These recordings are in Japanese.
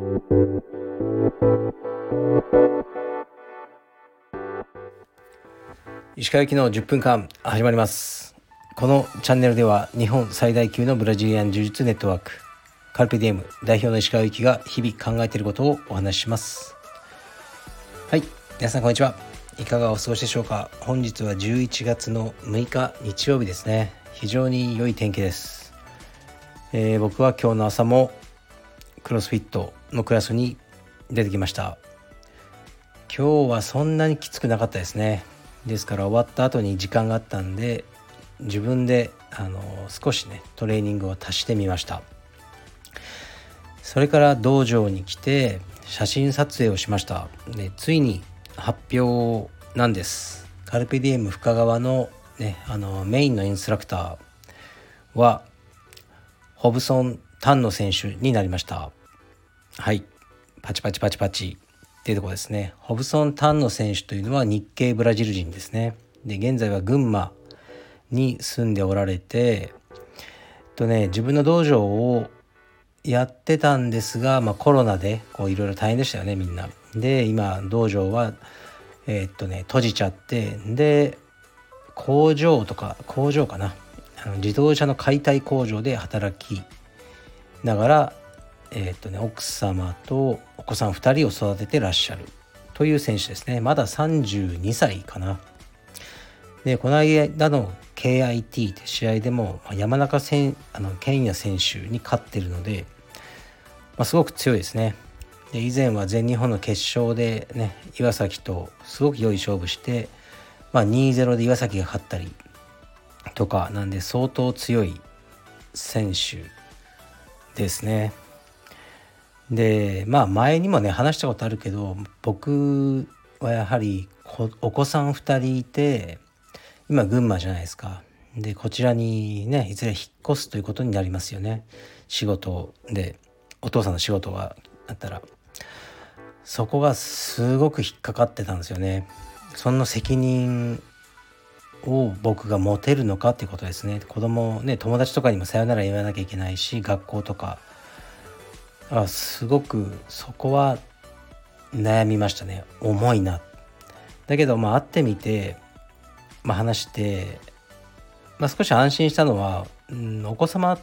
石川行きの10分間始まります。このチャンネルでは日本最大級のブラジリアン柔術ネットワークカルペディエム代表の石川行きが日々考えていることをお話しします。はい、皆さんこんにちは。いかがお過ごしでしょうか。本日は11月の6日日曜日ですね。非常に良い天気です。僕は今日の朝もクロスフィットのクラスに出てきました。今日はそんなにきつくなかったですね。ですから終わった後に時間があったんで自分で少しねトレーニングを足してみました。それから道場に来て写真撮影をしました。でついに発表なんです。カルペディエム深川の、ね、メインのインストラクターはホブソン・タンノ選手になりました。はい、パチパチパチパチっていうところですね。ホブソン・タンノ選手というのは日系ブラジル人ですね。で現在は群馬に住んでおられて自分の道場をやってたんですが、コロナでいろいろ大変でしたよねみんな。で今道場は閉じちゃって、で工場かな、自動車の解体工場で働きながら奥様とお子さん2人を育ててらっしゃるという選手ですね。まだ32歳かな。でこの間の KIT って試合でも山中健也選手に勝ってるので、すごく強いですね。で以前は全日本の決勝でね岩崎とすごく良い勝負して、2-0 で岩崎が勝ったりとかなんで相当強い選手ですね。で前にもね話したことあるけど、僕はやはりお子さん2人いて今群馬じゃないですか。でこちらにねいずれ引っ越すということになりますよね。仕事でお父さんの仕事があったらそこがすごく引っかかってたんですよね。その責任を僕が持てるのかっていうことですね。子供ね友達とかにもさよなら言わなきゃいけないし、学校とかすごくそこは悩みましたね。重いな。だけど会ってみて話して、少し安心したのは、お子様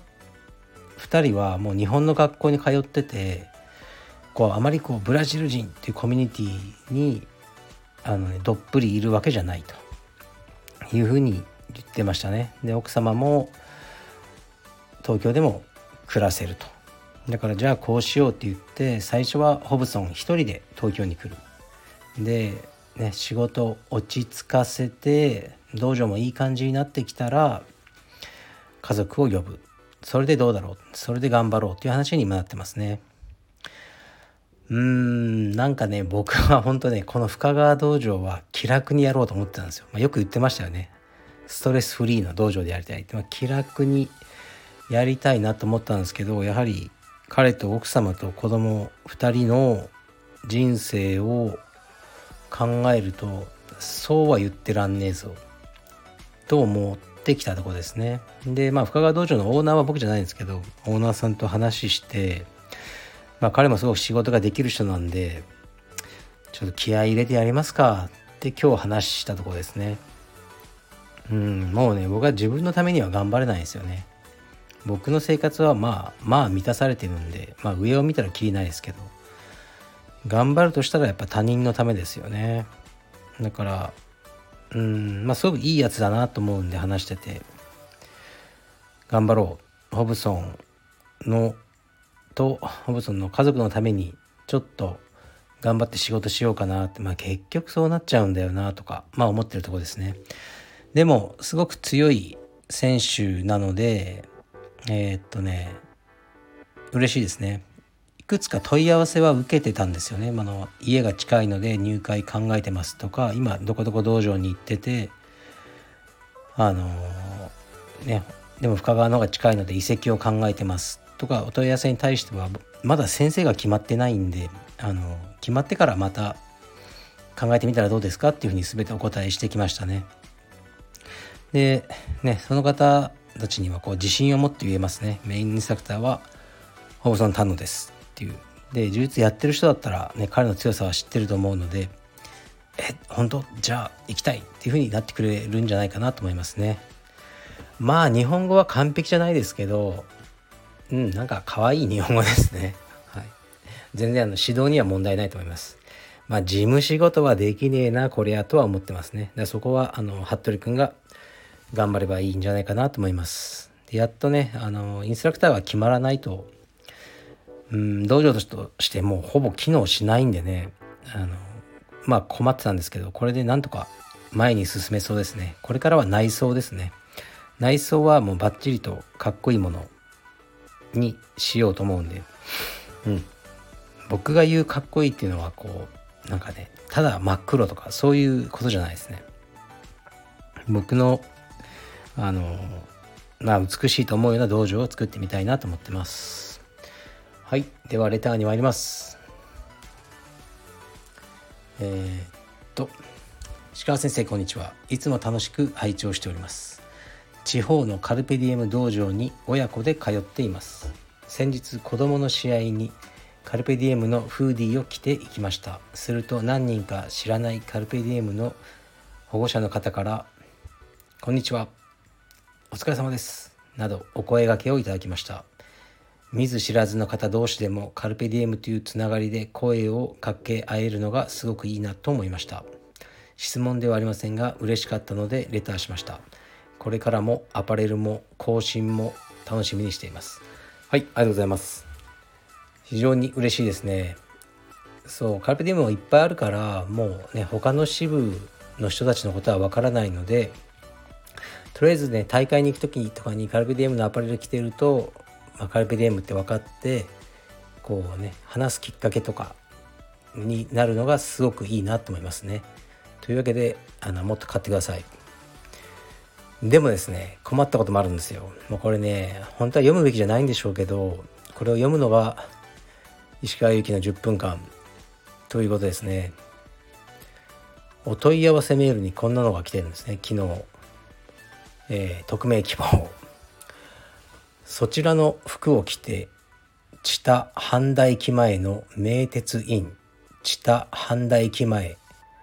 2人はもう日本の学校に通っててあまりブラジル人っていうコミュニティにどっぷりいるわけじゃないというふうに言ってましたね。で奥様も東京でも暮らせると。だからじゃあこうしようって言って最初はホブソン一人で東京に来る。で仕事を落ち着かせて道場もいい感じになってきたら家族を呼ぶ。それでどうだろう、それで頑張ろうという話に今なってますね。僕は本当この深川道場は気楽にやろうと思ってたんですよ。よく言ってましたよね。ストレスフリーの道場でやりたいって、気楽にやりたいなと思ったんですけど、やはり彼と奥様と子供2人の人生を考えるとそうは言ってらんねえぞと思ってきたところですね。で深川道場のオーナーは僕じゃないんですけど、オーナーさんと話して彼もすごく仕事ができる人なんでちょっと気合い入れてやりますかって今日話したところですね。もうね僕は自分のためには頑張れないんですよね。僕の生活は満たされてるんで、上を見たらきりないですけど、頑張るとしたらやっぱ他人のためですよね。だからすごくいいやつだなと思うんで話してて、頑張ろう、ホブソンの家族のためにちょっと頑張って仕事しようかなって、結局そうなっちゃうんだよなとか思ってるところですね。でもすごく強い選手なので嬉しいですね。いくつか問い合わせは受けてたんですよね。家が近いので入会考えてますとか、今どこどこ道場に行っててでも深川の方が近いので移籍を考えてますとかお問い合わせに対してはまだ先生が決まってないんで決まってからまた考えてみたらどうですかっていうふうに全てお答えしてきましたね。でその方たちには自信を持って言えますね。メインインストラクターはホブソン・タンノですっていう。 で柔術やってる人だったらね、彼の強さは知ってると思うので、本当じゃあ行きたいっていう風になってくれるんじゃないかなと思いますね。まあ日本語は完璧じゃないですけど、なんか可愛い日本語ですね。はい、全然指導には問題ないと思います。まあ事務仕事はできねえなこりゃとは思ってますね。だからそこは服部くんが頑張ればいいんじゃないかなと思います。でやっとねインストラクターが決まらないと道場としてもうほぼ機能しないんでね、まあ困ってたんですけど、これでなんとか前に進めそうですね。これからは内装ですね。内装はもうバッチリとかっこいいものにしようと思うんで、僕が言うかっこいいっていうのはこうなんかね、ただ真っ黒とかそういうことじゃないですね。僕の美しいと思うような道場を作ってみたいなと思ってます。はい、ではレターに参ります。石川先生こんにちは。いつも楽しく拝聴しております。地方のカルペディエム道場に親子で通っています。先日子供の試合にカルペディエムのフーディーを着て行きました。すると何人か知らないカルペディエムの保護者の方からこんにちは、お疲れ様ですなどお声掛けをいただきました。見ず知らずの方同士でもカルペディエムというつながりで声をかけ合えるのがすごくいいなと思いました。質問ではありませんが嬉しかったのでレターしました。これからもアパレルも更新も楽しみにしています。はい、ありがとうございます。非常に嬉しいですね。そう、カルペディエムもいっぱいあるからもうね、他の支部の人たちのことはわからないので、とりあえずね、大会に行く時とかにカルペディエムのアパレル着てると、カルペディエムって分かってこうね、話すきっかけとかになるのがすごくいいなと思いますね。というわけでもっと買ってください。でもですね、困ったこともあるんですよ。もうこれね、本当は読むべきじゃないんでしょうけど、これを読むのが石川由紀の10分間ということですね。お問い合わせメールにこんなのが来てるんですね。昨日、匿名希望。そちらの服を着て知多半田駅前の名鉄イン知多半田駅前、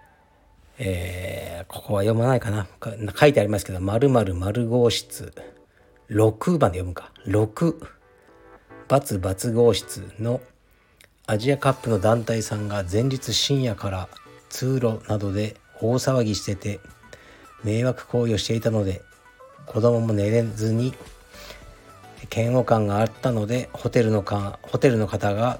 ここは読まないかな、書いてありますけど、〇〇〇号室6番で読むか、6×号室のアジアカップの団体さんが前日深夜から通路などで大騒ぎしてて迷惑行為をしていたので、子供も寝れずに嫌悪感があったのでホテルの方が、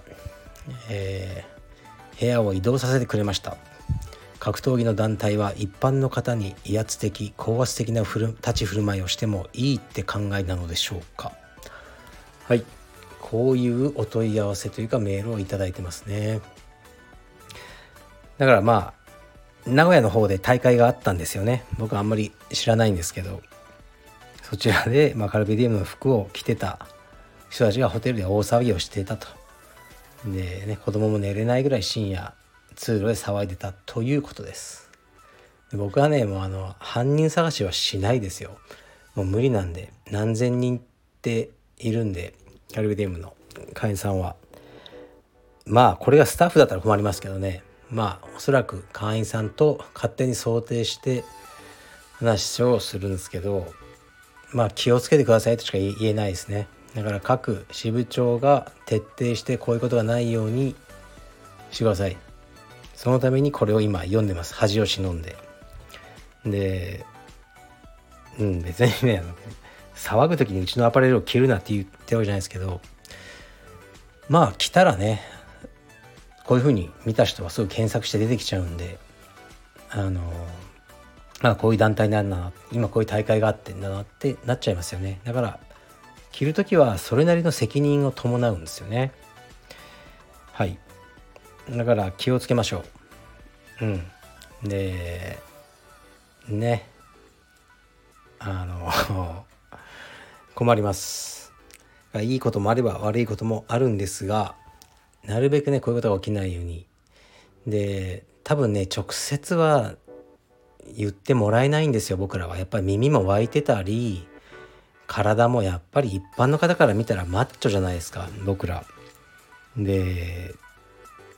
部屋を移動させてくれました。格闘技の団体は一般の方に威圧的高圧的な立ち振る舞いをしてもいいって考えなのでしょうか。はい、こういうお問い合わせというかメールをいただいてますね。だから名古屋の方で大会があったんですよね。僕はあんまり知らないんですけど、そちらで、カルペディエムの服を着てた人たちがホテルで大騒ぎをしていたと。でね、子供も寝れないぐらい深夜通路で騒いでたということです。で僕はね、もう犯人探しはしないですよ。もう無理なんで。何千人っているんで、カルペディエムの会員さんは。これがスタッフだったら困りますけどね。おそらく会員さんと勝手に想定して話をするんですけど、気をつけてくださいとしか言えないですね。だから各支部長が徹底してこういうことがないようにしてください。そのためにこれを今読んでます。恥を忍んで。で、別にね、騒ぐ時にうちのアパレルを着るなって言ってるわけじゃないですけど、着たらね、こういう風に見た人はすぐ検索して出てきちゃうんで、こういう団体になるな、今こういう大会があってんだなってなっちゃいますよね。だから着るときはそれなりの責任を伴うんですよね。はい、だから気をつけましょう。でね、困ります。いいこともあれば悪いこともあるんですが、なるべくねこういうことが起きないように。で多分ね、直接は言ってもらえないんですよ。僕らはやっぱり耳も湧いてたり、体もやっぱり一般の方から見たらマッチョじゃないですか、僕らで。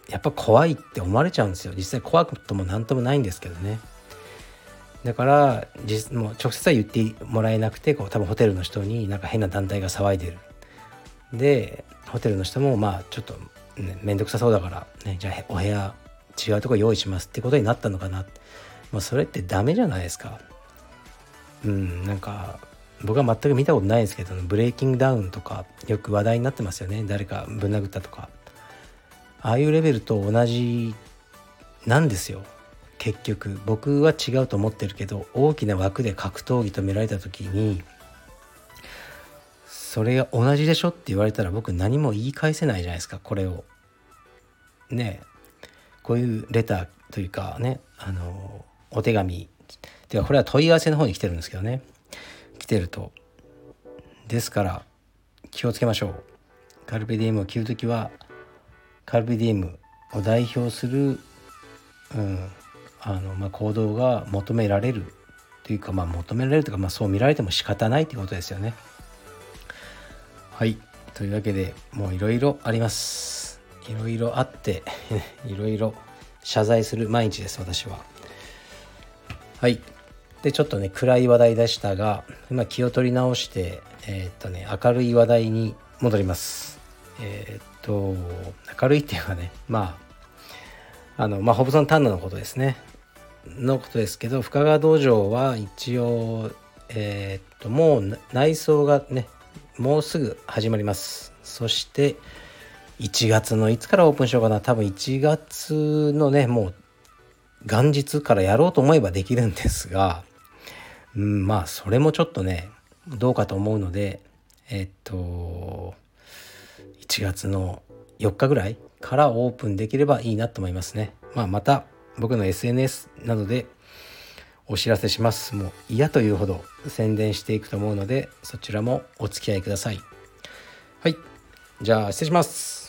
やっぱ怖いって思われちゃうんですよ。実際怖くともなんともないんですけどね。だからもう直接は言ってもらえなくて、多分ホテルの人になんか変な団体が騒いでる。でホテルの人もちょっと、ね、めんどくさそうだからね、じゃあお部屋違うとこ用意しますってことになったのかな。それってダメじゃないですか。なんか僕は全く見たことないですけど、ブレイキングダウンとかよく話題になってますよね。誰かぶん殴ったとか、ああいうレベルと同じなんですよ。結局僕は違うと思ってるけど、大きな枠で格闘技と見られた時にそれが同じでしょって言われたら僕何も言い返せないじゃないですか。これをね、こういうレターというかね、お手紙てかこれは問い合わせの方に来てるんですけどね、来てると。ですから気をつけましょう。カルペディエムを着るときはカルペディエムを代表する、行動が求められるというか、求められるというか、そう見られても仕方ないということですよね。はい、というわけでもういろいろあります。いろいろあっていろいろ謝罪する毎日です私は。はい。でちょっとね暗い話題でしたが、今気を取り直して明るい話題に戻ります。明るいっていうかね、ホブソン丹野のことですねのことですけど、深川道場は一応もう内装がねもうすぐ始まります。そして1月のいつからオープンしようかな。多分1月のねもう元日からやろうと思えばできるんですが、それもちょっとねどうかと思うので、1月の4日ぐらいからオープンできればいいなと思いますね。また僕の SNS などでお知らせします。もう嫌というほど宣伝していくと思うので、そちらもお付き合いください。はい、じゃあ失礼します。